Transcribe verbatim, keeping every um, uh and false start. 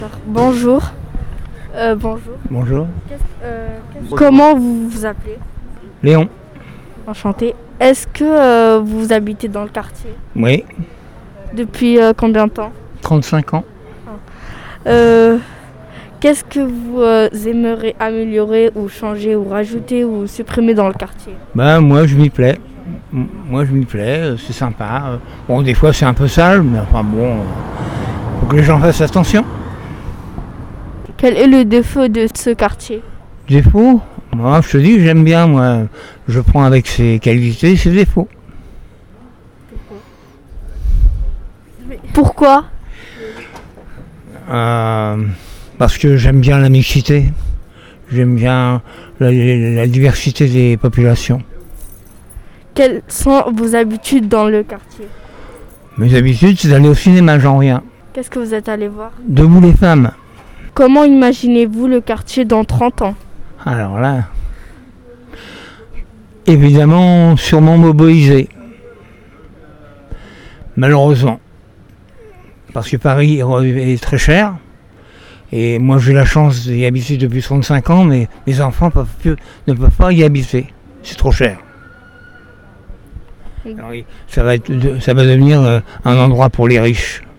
Bonjour. Euh, bonjour. Bonjour. Euh, comment vous vous appelez? Léon. Enchanté. Est-ce que euh, vous habitez dans le quartier? Oui. Depuis euh, combien de temps? trente-cinq ans. Euh, qu'est-ce que vous euh, aimeriez améliorer ou changer ou rajouter ou supprimer dans le quartier? Ben moi je m'y plais. M- Moi je m'y plais, euh, c'est sympa. Euh, Bon des fois c'est un peu sale, mais enfin bon, euh, faut que les gens fassent attention. Quel est le défaut de ce quartier? Défaut, moi je te dis j'aime bien, moi je prends avec ses qualités et ses défauts. Pourquoi? Euh, parce que j'aime bien la mixité, j'aime bien la, la diversité des populations. Quelles sont vos habitudes dans le quartier? Mes habitudes c'est d'aller au cinéma, j'en reviens. Qu'est-ce que vous êtes allé voir? Debout les femmes. Comment imaginez-vous le quartier dans trente ans? Alors là, évidemment, sûrement mobilisé. Malheureusement. Parce que Paris est très cher. Et moi, j'ai la chance d'y habiter depuis trente-cinq ans, mais mes enfants peuvent plus, ne peuvent pas y habiter. C'est trop cher. Alors, ça va être, ça va devenir un endroit pour les riches.